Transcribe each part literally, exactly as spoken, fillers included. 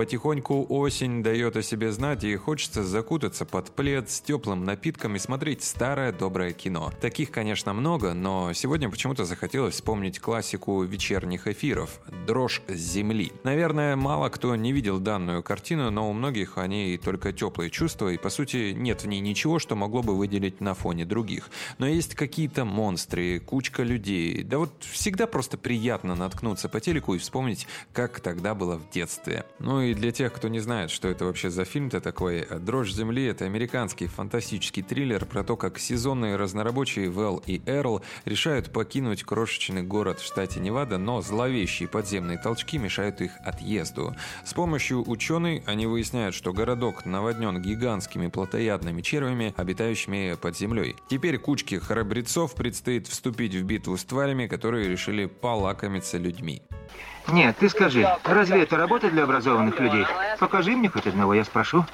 Потихоньку осень дает о себе знать, и хочется закутаться под плед с теплым напитком и смотреть старое доброе кино. Таких, конечно, много, но сегодня почему-то захотелось вспомнить классику вечерних эфиров «Дрожь земли». Наверное, мало кто не видел данную картину, но у многих о ней только теплые чувства, и по сути нет в ней ничего, что могло бы выделить на фоне других. Но есть какие-то монстры, кучка людей. Да вот всегда просто приятно наткнуться по телеку и вспомнить, как тогда было в детстве. Ну и для тех, кто не знает, что это вообще за фильм-то такой, «Дрожь земли» — это американский фантастический триллер про то, как сезонные разнорабочие Вэл и Эрл решают покинуть крошечный город в штате Невада, но зловещие подземные толчки мешают их отъезду. С помощью ученых они выясняют, что городок наводнен гигантскими плотоядными червями, обитающими под землей. Теперь кучке храбрецов предстоит вступить в битву с тварями, которые решили полакомиться людьми. Нет, ты скажи, разве это работа для образованных людей? Покажи мне хоть одного, я спрошу.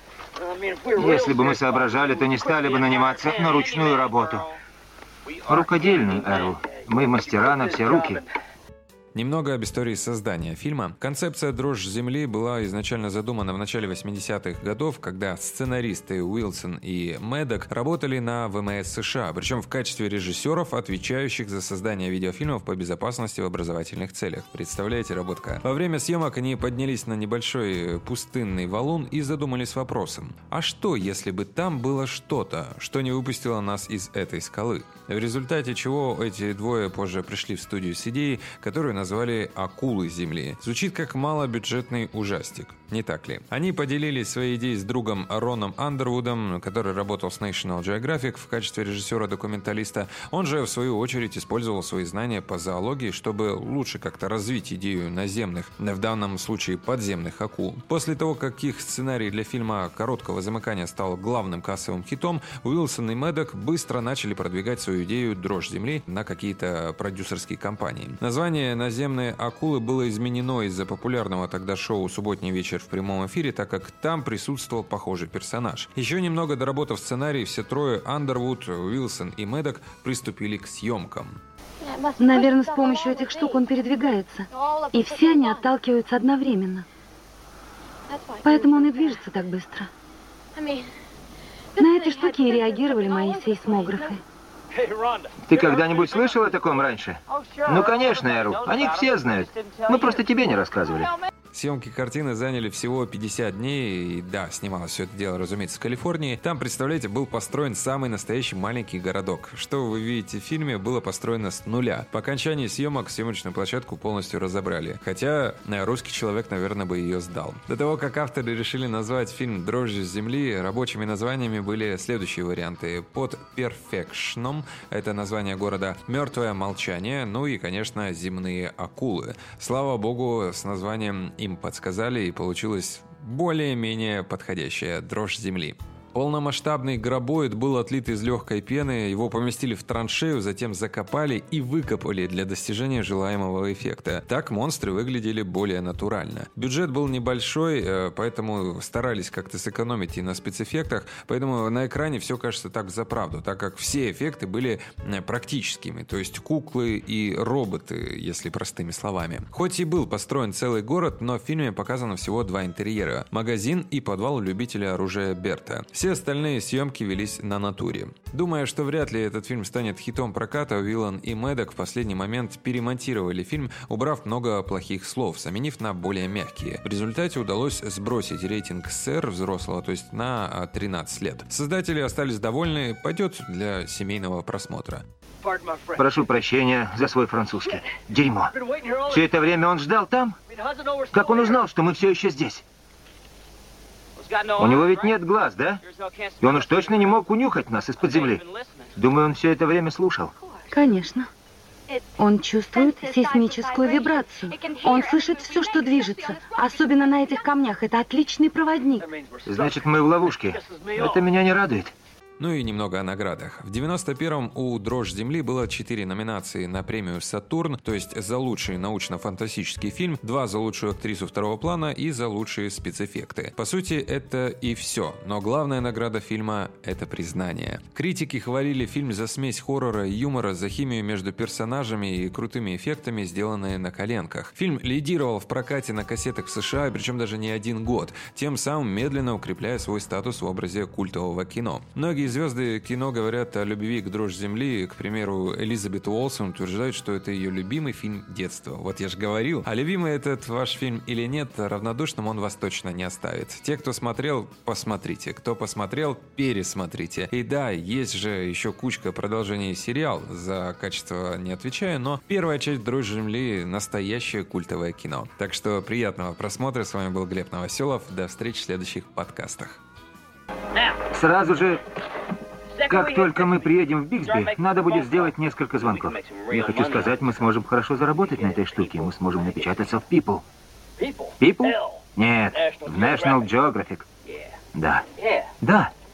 Если бы мы соображали, то не стали бы наниматься на ручную работу. Рукодельную, Эрл. Мы мастера на все руки. Немного об истории создания фильма. Концепция «Дрожь земли» была изначально задумана в начале восьмидесятых годов, когда сценаристы Уилсон и Мэддок работали на ВМС США, причем в качестве режиссеров, отвечающих за создание видеофильмов по безопасности в образовательных целях. Представляете, работка? Во время съемок они поднялись на небольшой пустынный валун и задумались вопросом: а что, если бы там было что-то, что не выпустило нас из этой скалы? В результате чего эти двое позже пришли в студию с идеей, которую назвали «Акулы земли». Звучит как малобюджетный ужастик, не так ли? Они поделились своей идеей с другом Роном Андервудом, который работал с National Geographic в качестве режиссера-документалиста. Он же, в свою очередь, использовал свои знания по зоологии, чтобы лучше как-то развить идею наземных, в данном случае подземных акул. После того, как их сценарий для фильма «Короткого замыкания» стал главным кассовым хитом, Уилсон и Мэддок быстро начали продвигать свою идею «Дрожь земли» на какие-то продюсерские компании. Название «Наземные акулы» было изменено из-за популярного тогда шоу «Субботний вечер» в прямом эфире, так как там присутствовал похожий персонаж. Еще немного доработав сценарий, все трое — Андервуд, Уилсон и Мэддок — приступили к съемкам. Наверное, с помощью этих штук он передвигается. И все они отталкиваются одновременно. Поэтому он и движется так быстро. На эти штуки и реагировали мои сейсмографы. Ты когда-нибудь слышал о таком раньше? Ну, конечно, Эрл. О них все знают. Мы просто тебе не рассказывали. Съемки картины заняли всего пятьдесят дней, и да, снималось все это дело, разумеется, в Калифорнии. Там, представляете, был построен самый настоящий маленький городок. Что вы видите в фильме, было построено с нуля. По окончании съемок съемочную площадку полностью разобрали. Хотя русский человек, наверное, бы ее сдал. До того, как авторы решили назвать фильм «Дрожь земли», рабочими названиями были следующие варианты. Под «Перфекшном» — это название города, «Мертвое молчание», ну и, конечно, «Земные акулы». Слава богу, с названием им подсказали, и получилась более-менее подходящая «Дрожь земли». Полномасштабный гробоид был отлит из легкой пены, его поместили в траншею, затем закопали и выкопали для достижения желаемого эффекта. Так монстры выглядели более натурально. Бюджет был небольшой, поэтому старались как-то сэкономить и на спецэффектах, поэтому на экране все кажется так взаправду, так как все эффекты были практическими, то есть куклы и роботы, если простыми словами. Хоть и был построен целый город, но в фильме показано всего два интерьера – магазин и подвал любителя оружия Берта. Все остальные съемки велись на натуре. Думая, что вряд ли этот фильм станет хитом проката, Уиллон и Мэддок в последний момент перемонтировали фильм, убрав много плохих слов, заменив на более мягкие. В результате удалось сбросить рейтинг эс эр взрослого, то есть на тринадцать лет. Создатели остались довольны, пойдет для семейного просмотра. Прошу прощения за свой французский. Дерьмо. Все это время он ждал там? Как он узнал, что мы все еще здесь? У него ведь нет глаз, да? И он уж точно не мог унюхать нас из-под земли. Думаю, он все это время слушал. Конечно. Он чувствует сейсмическую вибрацию. Он слышит все, что движется. Особенно на этих камнях. Это отличный проводник. Значит, мы в ловушке. Это меня не радует. Ну и немного о наградах. В девяносто первом у «Дрожь земли» было четыре номинации на премию «Сатурн», то есть за лучший научно-фантастический фильм, два за лучшую актрису второго плана и за лучшие спецэффекты. По сути, это и все, но главная награда фильма – это признание. Критики хвалили фильм за смесь хоррора и юмора, за химию между персонажами и крутыми эффектами, сделанные на коленках. Фильм лидировал в прокате на кассетах в США, причем даже не один год, тем самым медленно укрепляя свой статус в образе культового кино. Многие звезды кино говорят о любви к «Дрожь земли», к примеру, Элизабет Уолсон утверждает, что это ее любимый фильм детства. Вот я же говорил. А любимый этот ваш фильм или нет, равнодушным он вас точно не оставит. Те, кто смотрел, посмотрите. Кто посмотрел, пересмотрите. И да, есть же еще кучка продолжений сериал, за качество не отвечаю, но первая часть «Дрожь земли» — настоящее культовое кино. Так что приятного просмотра. С вами был Глеб Новоселов. До встречи в следующих подкастах. Сразу же, как только мы приедем в Бигсби, надо будет сделать несколько звонков. Я хочу сказать, мы сможем хорошо заработать на этой штуке. Мы сможем напечататься в People. People? Нет, в National Geographic. Да. Да.